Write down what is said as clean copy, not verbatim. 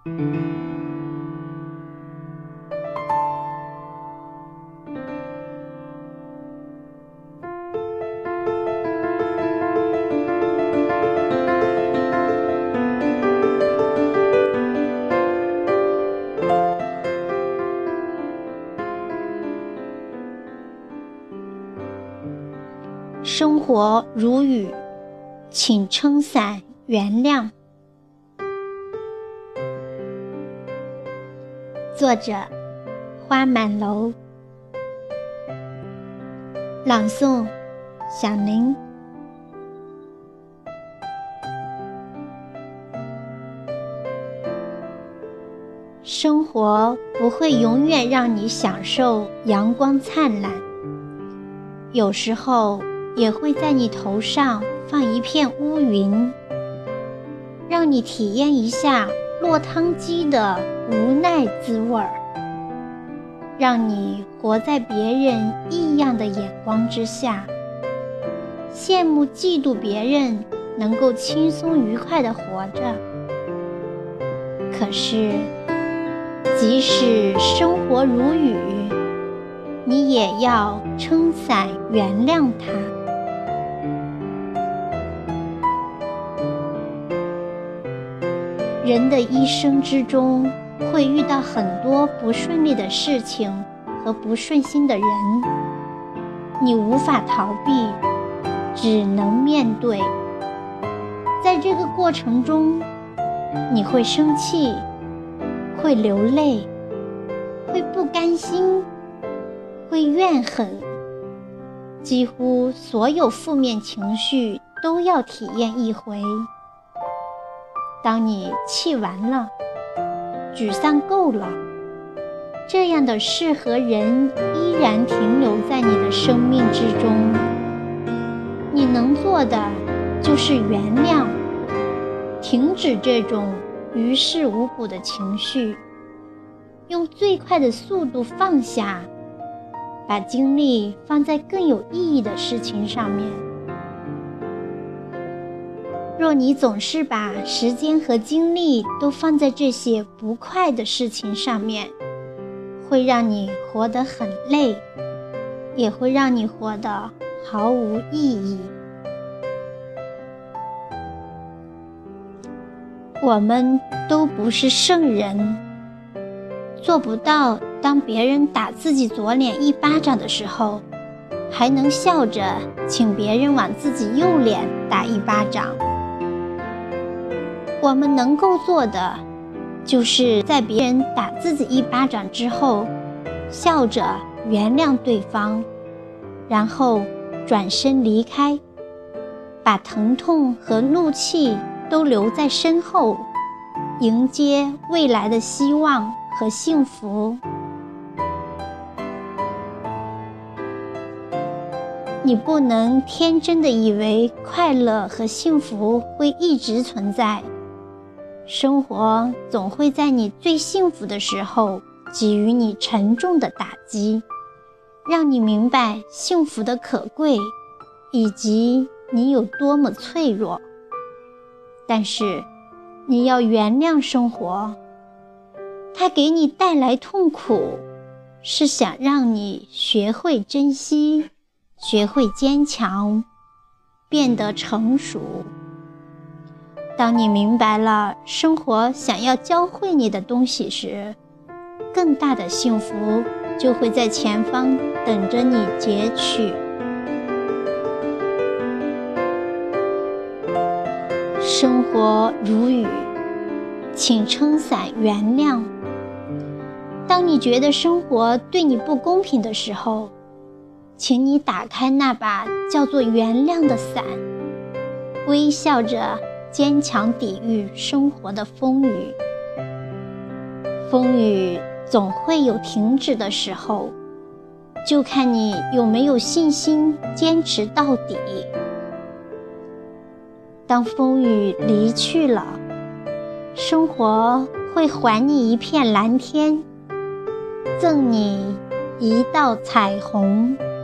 生活如雨，请撑伞原谅。作者：花满楼，朗诵：小林。生活不会永远让你享受阳光灿烂，有时候也会在你头上放一片乌云，让你体验一下落汤鸡的无奈滋味儿，让你活在别人异样的眼光之下，羡慕嫉妒别人能够轻松愉快地活着。可是即使生活如雨，你也要撑伞原谅它。人的一生之中会遇到很多不顺利的事情和不顺心的人，你无法逃避，只能面对。在这个过程中，你会生气，会流泪，会不甘心，会怨恨，几乎所有负面情绪都要体验一回。当你气完了，沮丧够了，这样的事和人依然停留在你的生命之中，你能做的就是原谅，停止这种于事无补的情绪，用最快的速度放下，把精力放在更有意义的事情上面。若你总是把时间和精力都放在这些不快的事情上面，会让你活得很累，也会让你活得毫无意义。我们都不是圣人，做不到当别人打自己左脸一巴掌的时候，还能笑着请别人往自己右脸打一巴掌。我们能够做的，就是在别人打自己一巴掌之后，笑着原谅对方，然后转身离开，把疼痛和怒气都留在身后，迎接未来的希望和幸福。你不能天真的以为快乐和幸福会一直存在，生活总会在你最幸福的时候给予你沉重的打击，让你明白幸福的可贵，以及你有多么脆弱。但是你要原谅生活，它给你带来痛苦，是想让你学会珍惜，学会坚强，变得成熟。当你明白了生活想要教会你的东西时，更大的幸福就会在前方等着你攫取。生活如雨，请撑伞原谅。当你觉得生活对你不公平的时候，请你打开那把叫做原谅的伞，微笑着坚强抵御生活的风雨。风雨总会有停止的时候，就看你有没有信心坚持到底。当风雨离去了，生活会还你一片蓝天，赠你一道彩虹。